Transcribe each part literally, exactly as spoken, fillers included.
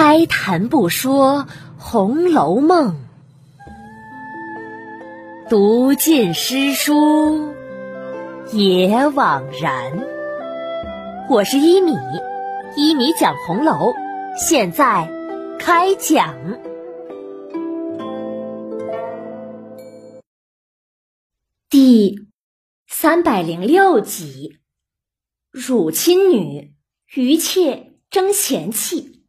开谈不说《红楼梦》，读尽诗书也枉然。我是一米，一米讲红楼，现在开讲。第三百零六集，辱亲女，余妾争嫌弃。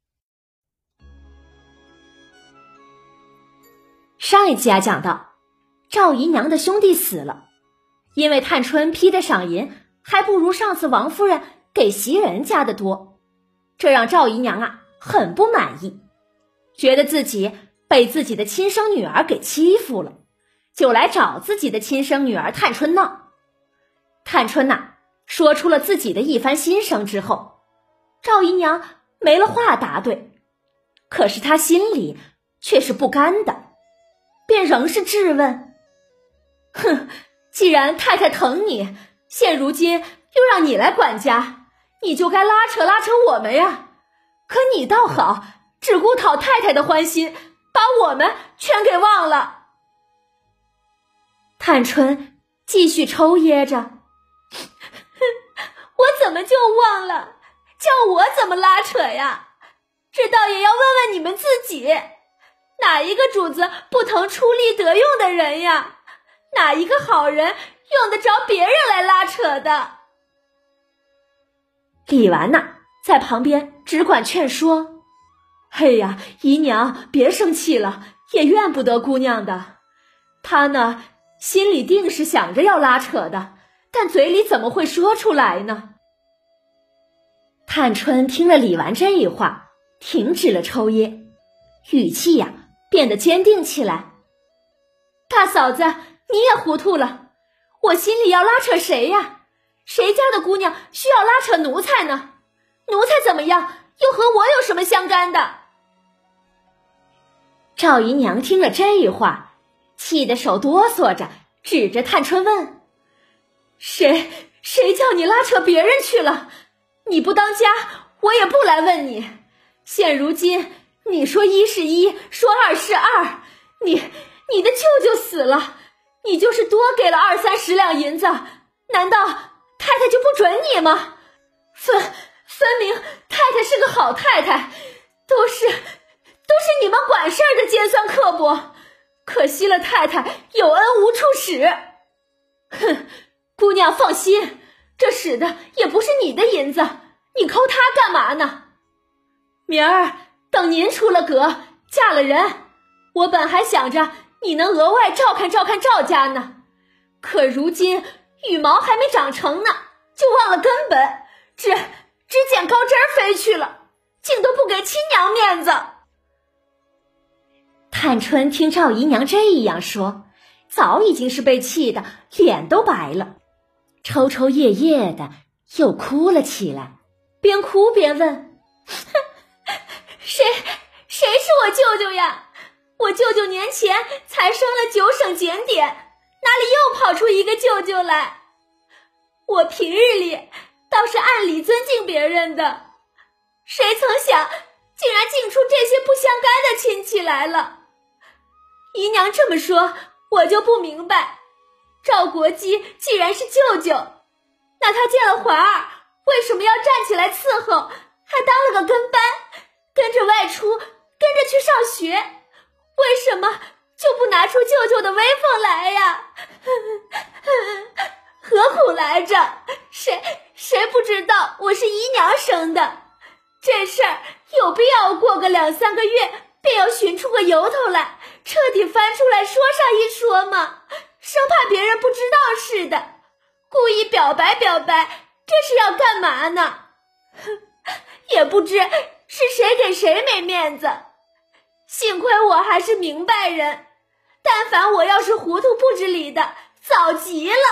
上一集啊讲到，赵姨娘的兄弟死了，因为探春批的赏银还不如上次王夫人给袭人家的多，这让赵姨娘啊很不满意，觉得自己被自己的亲生女儿给欺负了，就来找自己的亲生女儿探春闹。探春呐、啊、说出了自己的一番心声之后，赵姨娘没了话答对，可是她心里却是不甘的，便仍是质问：哼，既然太太疼你，现如今又让你来管家，你就该拉扯拉扯我们呀。可你倒好，只顾讨太太的欢心，把我们全给忘了。探春继续抽噎着，我怎么就忘了？叫我怎么拉扯呀？这倒也要问问你们自己，哪一个主子不疼出力得用的人呀？哪一个好人用得着别人来拉扯的？李纨呐，在旁边只管劝说：嘿呀，姨娘别生气了，也怨不得姑娘的。她呢，心里定是想着要拉扯的，但嘴里怎么会说出来呢？探春听了李纨这一话，停止了抽噎，语气呀、啊、变得坚定起来。大嫂子，你也糊涂了，我心里要拉扯谁呀？谁家的姑娘需要拉扯奴才呢？奴才怎么样，又和我有什么相干的？赵姨娘听了这一话，气得手哆嗦着，指着探春问：谁谁叫你拉扯别人去了？你不当家，我也不来问你。现如今你说一是一，说二是二，你你的舅舅死了，你就是多给了二三十两银子，难道太太就不准你吗？分分明太太是个好太太，都是都是你们管事儿的尖酸刻薄，可惜了太太有恩无处使。哼，姑娘放心，这使的也不是你的银子，你抠它干嘛呢？明儿等您出了阁，嫁了人，我本还想着你能额外照看照看赵家呢，可如今羽毛还没长成呢，就忘了根本，只只捡高枝儿飞去了，竟都不给亲娘面子。探春听赵姨娘这样说，早已经是被气得脸都白了，抽抽噎噎的又哭了起来，边哭边问：谁谁是我舅舅呀？我舅舅年前才升了九省检点，哪里又跑出一个舅舅来？我平日里倒是按理尊敬别人的，谁曾想竟然净出这些不相干的亲戚来了。姨娘这么说，我就不明白，赵国基既然是舅舅，那他见了环儿为什么要站起来伺候，还当了个跟班，跟着外出，跟着去上学，为什么就不拿出舅舅的威风来呀？何苦来着？谁谁不知道我是姨娘生的？这事儿有必要过个两三个月便要寻出个由头来，彻底翻出来说上一说吗？生怕别人不知道似的，故意表白表白，这是要干嘛呢？也不知是谁给谁没面子，幸亏我还是明白人，但凡我要是糊涂不知理的，早急了。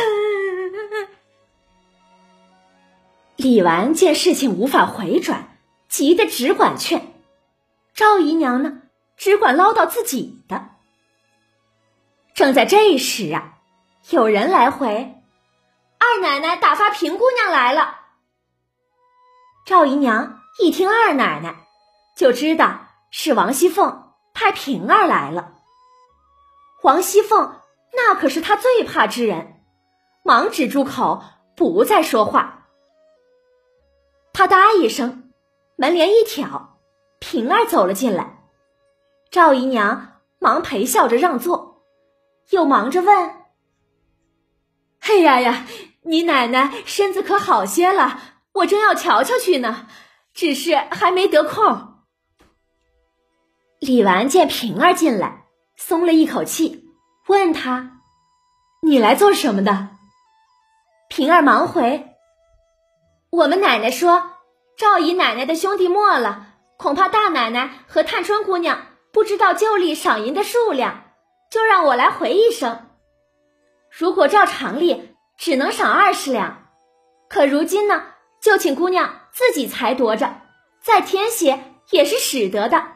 李纨见事情无法回转，急得只管劝，赵姨娘呢，只管唠叨自己的。正在这时啊，有人来回：二奶奶打发平姑娘来了。赵姨娘一听二奶奶， 就知道是王熙凤派平儿来了。王熙凤那可是她最怕之人，忙止住口，不再说话。啪嗒一声，门帘一挑，平儿走了进来。赵姨娘忙陪笑着让座，又忙着问：哎呀呀，你奶奶身子可好些了？我正要瞧瞧去呢，只是还没得空。李纨见平儿进来，松了一口气，问她：你来做什么的？平儿忙回：我们奶奶说赵姨奶奶的兄弟没了，恐怕大奶奶和探春姑娘不知道旧例赏银的数量，就让我来回一声。如果照常例只能赏二十两，可如今呢，就请姑娘自己裁夺着，再添些也是使得的。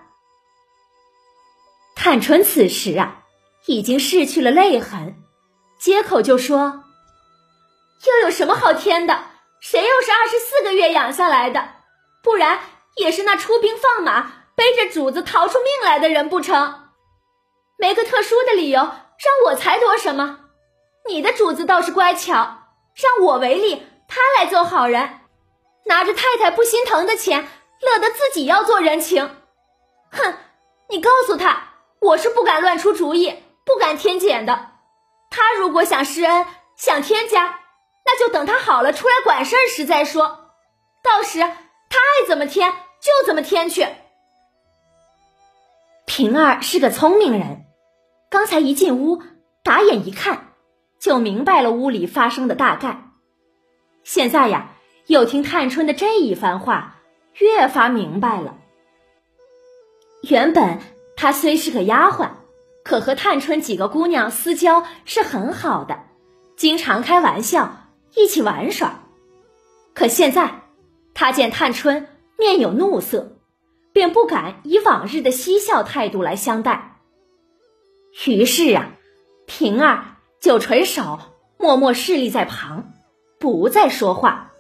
探春此时啊，已经逝去了泪痕，接口就说：又有什么好添的？谁又是二十四个月养下来的？不然也是那出兵放马背着主子逃出命来的人不成？没个特殊的理由让我裁夺什么？你的主子倒是乖巧，让我为例，他来做好人，拿着太太不心疼的钱，乐得自己要做人情。哼，你告诉他，我是不敢乱出主意，不敢添减的。他如果想施恩，想添加，那就等他好了出来管事儿时再说，到时他爱怎么添就怎么添去。平儿是个聪明人，刚才一进屋，打眼一看，就明白了屋里发生的大概。现在呀，又听探春的这一番话，越发明白了。原本她虽是个丫鬟，可和探春几个姑娘私交是很好的，经常开玩笑，一起玩耍。可现在她见探春面有怒色，便不敢以往日的嬉笑态度来相待。于是啊，平儿就垂手默默侍立在旁，不再说话。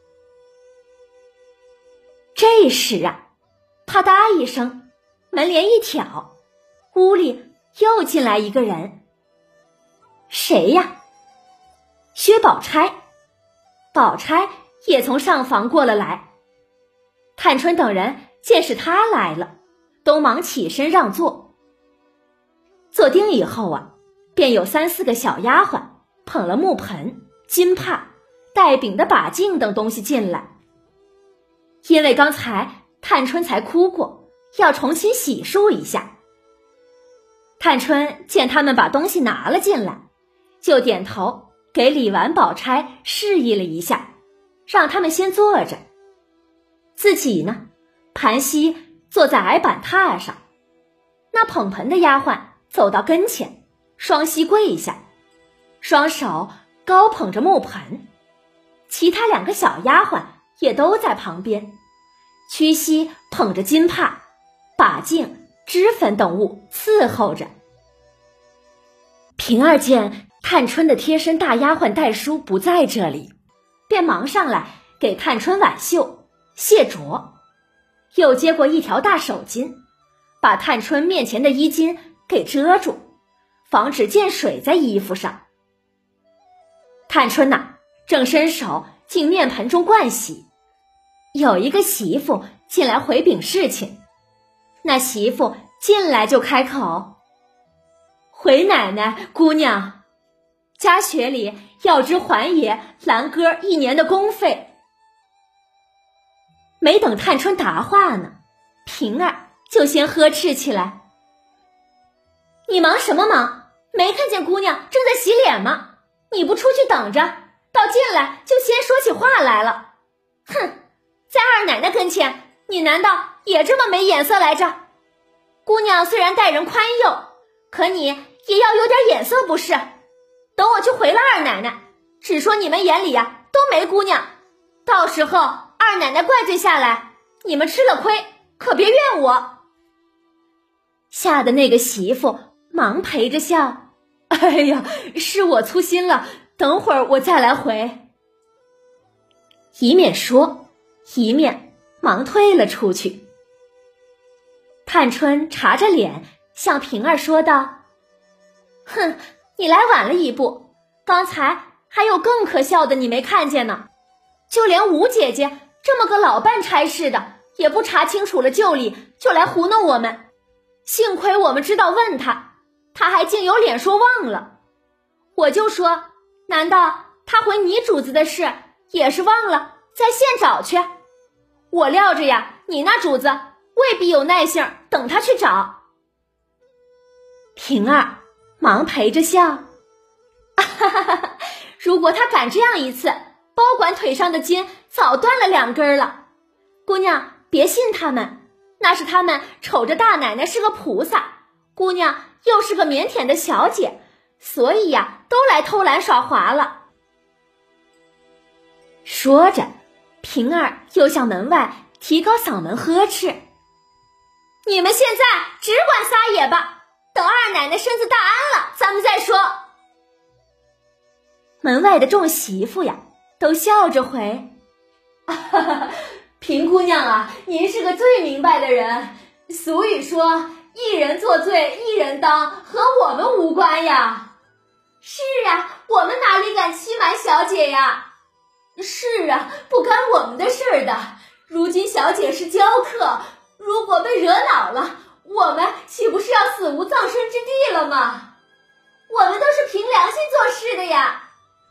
这时啊，啪嗒一声，门帘一挑，屋里又进来一个人。谁呀？薛宝钗。宝钗也从上房过了来。探春等人见是他来了，都忙起身让座。坐定以后啊，便有三四个小丫鬟捧了木盆、金帕、带饼的把镜等东西进来。因为刚才探春才哭过，要重新洗漱一下。探春见他们把东西拿了进来，就点头给李纨、宝钗示意了一下，让他们先坐着。自己呢，盘膝坐在矮板榻上。那捧盆的丫鬟走到跟前，双膝跪下，双手高捧着木盆。其他两个小丫鬟也都在旁边，屈膝捧着金帕、把镜、脂粉等物伺候着。平儿见探春的贴身大丫鬟黛书不在这里，便忙上来给探春挽袖卸濯，又接过一条大手巾，把探春面前的衣襟给遮住，防止溅水在衣服上。探春呐，正伸手进面盆中灌洗，有一个媳妇进来回禀事情。那媳妇进来就开口：回奶奶姑娘，家学里要支还爷兰哥一年的工费。没等探春答话呢，平儿就先呵斥起来：你忙什么忙？没看见姑娘正在洗脸吗？你不出去等着，到进来就先说起话来了。哼，在二奶奶跟前，你难道也这么没眼色来着？姑娘虽然待人宽宥，可你也要有点眼色不是？等我去回了二奶奶，只说你们眼里呀、啊、都没姑娘，到时候二奶奶怪罪下来，你们吃了亏，可别怨我。吓得那个媳妇忙陪着笑：哎呀，是我粗心了，等会儿我再来回。一面说，一面忙退了出去。 探春茶着脸向平儿说道：哼，你来晚了一步，刚才还有更可笑的你没看见呢。就连吴姐姐这么个老办差事的，也不查清楚了旧例就来糊弄我们。幸亏我们知道问他，他还竟有脸说忘了。我就说，难道他回你主子的事也是忘了，在现找去？我料着呀，你那主子未必有耐性等他去找。平儿忙陪着笑，哈哈哈，如果他敢这样一次，包管腿上的筋早断了两根了。姑娘别信他们，那是他们瞅着大奶奶是个菩萨，姑娘又是个腼腆的小姐，所以呀，都来偷懒耍滑了。说着，平儿又向门外提高嗓门呵斥：你们现在只管撒野吧，等二奶奶身子大安了咱们再说。门外的众媳妇呀都笑着回：平姑娘啊，您是个最明白的人，俗语说一人作罪一人当，和我们无关呀。是啊，我们哪里敢欺瞒小姐呀？是啊，不干我们的事儿的。如今小姐是娇客，如果被惹恼了，我们岂不是要死无葬身之地了吗？我们都是凭良心做事的呀。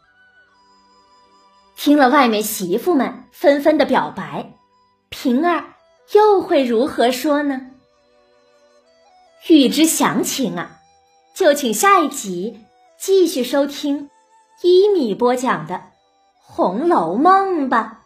听了外面媳妇们纷纷的表白，平儿又会如何说呢？欲知详情啊，就请下一集继续收听一米播讲的《红楼梦》吧。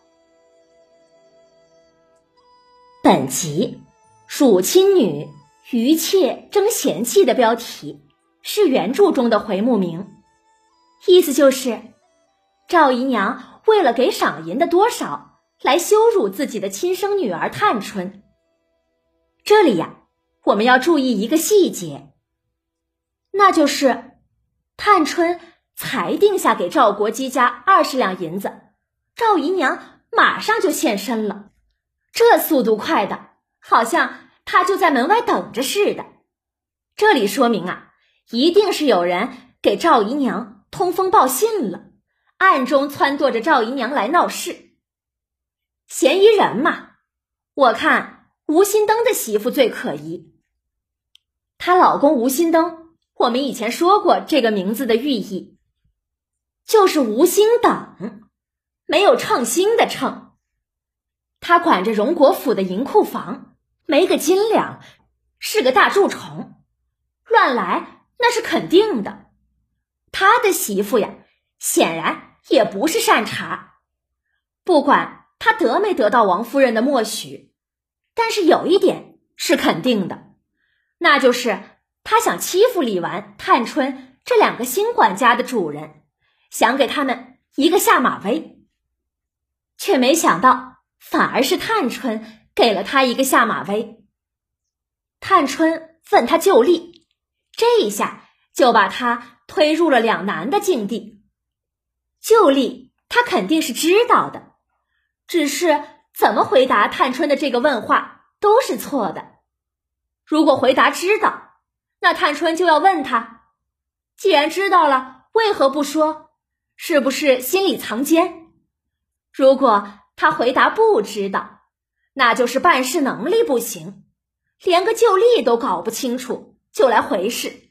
本集辱亲女余妾争嫌弃的标题是原著中的回目名，意思就是赵姨娘为了给赏银的多少来羞辱自己的亲生女儿探春。这里呀，我们要注意一个细节，那就是探春才定下给赵国基家二十两银子，赵姨娘马上就现身了，这速度快的好像她就在门外等着似的。这里说明啊，一定是有人给赵姨娘通风报信了，暗中撺掇着赵姨娘来闹事。嫌疑人嘛，我看吴心登的媳妇最可疑。她老公吴心登，我们以前说过这个名字的寓意，就是无心等，没有称心的称。他管着荣国府的银库房，没个斤两，是个大蛀虫，乱来那是肯定的。他的媳妇呀，显然也不是善茬，不管他得没得到王夫人的默许，但是有一点是肯定的，那就是他想欺负李纨、探春这两个新管家的主人，想给他们一个下马威，却没想到反而是探春给了他一个下马威。探春问他就例，这一下就把他推入了两难的境地。就例他肯定是知道的，只是怎么回答探春的这个问话都是错的。如果回答知道，那探春就要问他，既然知道了，为何不说？是不是心里藏奸？如果他回答不知道，那就是办事能力不行，连个就例都搞不清楚就来回事。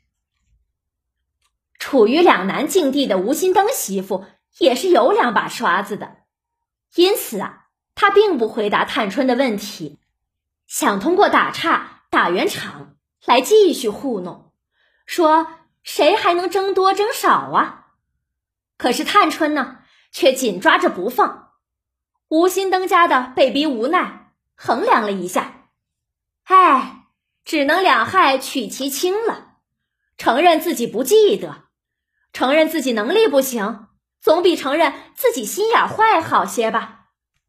处于两难境地的吴心登媳妇也是有两把刷子的，因此啊，他并不回答探春的问题，想通过打岔打圆场来继续糊弄，说谁还能争多争少啊？可是探春呢，却紧抓着不放。吴心登家的被逼无奈，衡量了一下，唉，只能两害取其轻了，承认自己不记得，承认自己能力不行，总比承认自己心眼坏好些吧。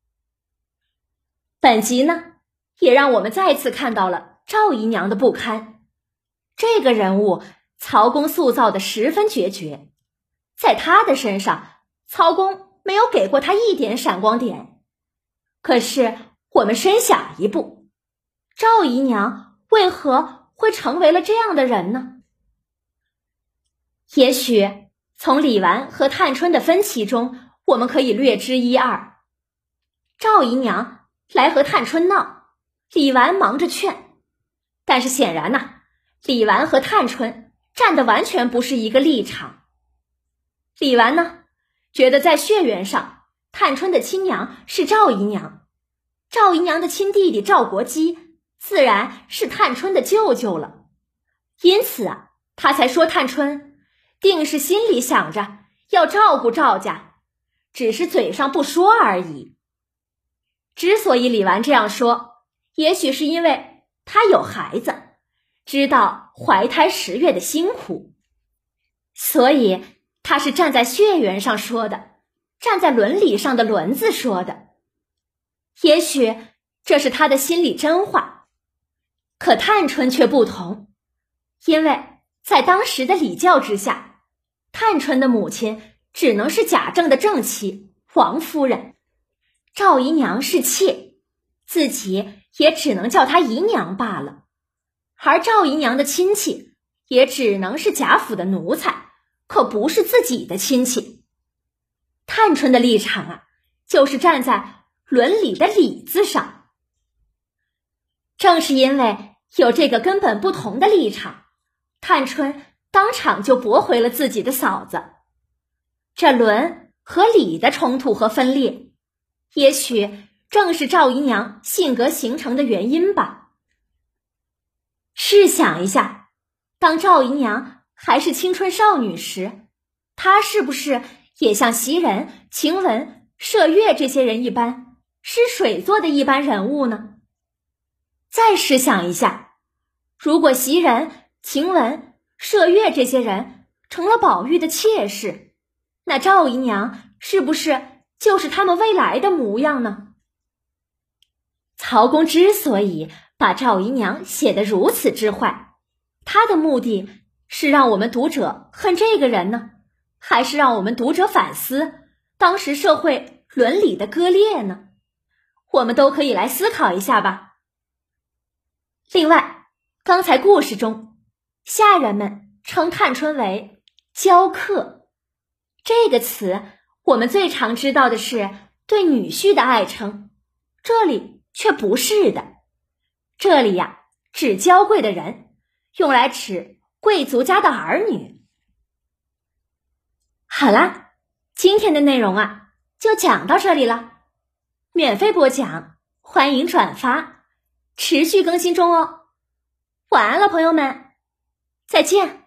本集呢，也让我们再次看到了赵姨娘的不堪。这个人物曹公塑造的十分决绝，在她的身上，曹公没有给过她一点闪光点。可是我们深想一步，赵姨娘为何会成为了这样的人呢？也许从李纨和探春的分歧中，我们可以略知一二。赵姨娘来和探春闹，李纨忙着劝，但是显然呐，李纨和探春站的完全不是一个立场。李纨呢，觉得在血缘上，探春的亲娘是赵姨娘，赵姨娘的亲弟弟赵国基自然是探春的舅舅了，因此啊，他才说探春定是心里想着要照顾赵家，只是嘴上不说而已。之所以李纨这样说，也许是因为她有孩子，知道怀胎十月的辛苦，所以她是站在血缘上说的，站在伦理上的伦字说的。也许这是她的心里真话，可探春却不同，因为在当时的礼教之下，探春的母亲只能是贾政的正妻王夫人，赵姨娘是妾，自己也只能叫她姨娘罢了，而赵姨娘的亲戚也只能是贾府的奴才，可不是自己的亲戚。探春的立场啊，就是站在伦理的理字上。正是因为有这个根本不同的立场，探春当场就驳回了自己的嫂子。这伦和理的冲突和分裂，也许正是赵姨娘性格形成的原因吧。试想一下，当赵姨娘还是青春少女时，她是不是也像袭人、晴雯、麝月这些人一般，是水做的一般人物呢？再试想一下，如果袭人、晴雯、麝月这些人成了宝玉的妾室，那赵姨娘是不是就是他们未来的模样呢？曹公之所以把赵姨娘写得如此之坏，他的目的是让我们读者恨这个人呢，还是让我们读者反思当时社会伦理的割裂呢？我们都可以来思考一下吧。另外，刚才故事中下人们称探春为娇客，这个词我们最常知道的是对女婿的爱称，这里却不是的。这里呀、啊，指娇贵的人，用来指贵族家的儿女。好啦，今天的内容啊，就讲到这里了。免费播讲，欢迎转发，持续更新中哦。晚安了，朋友们，再见。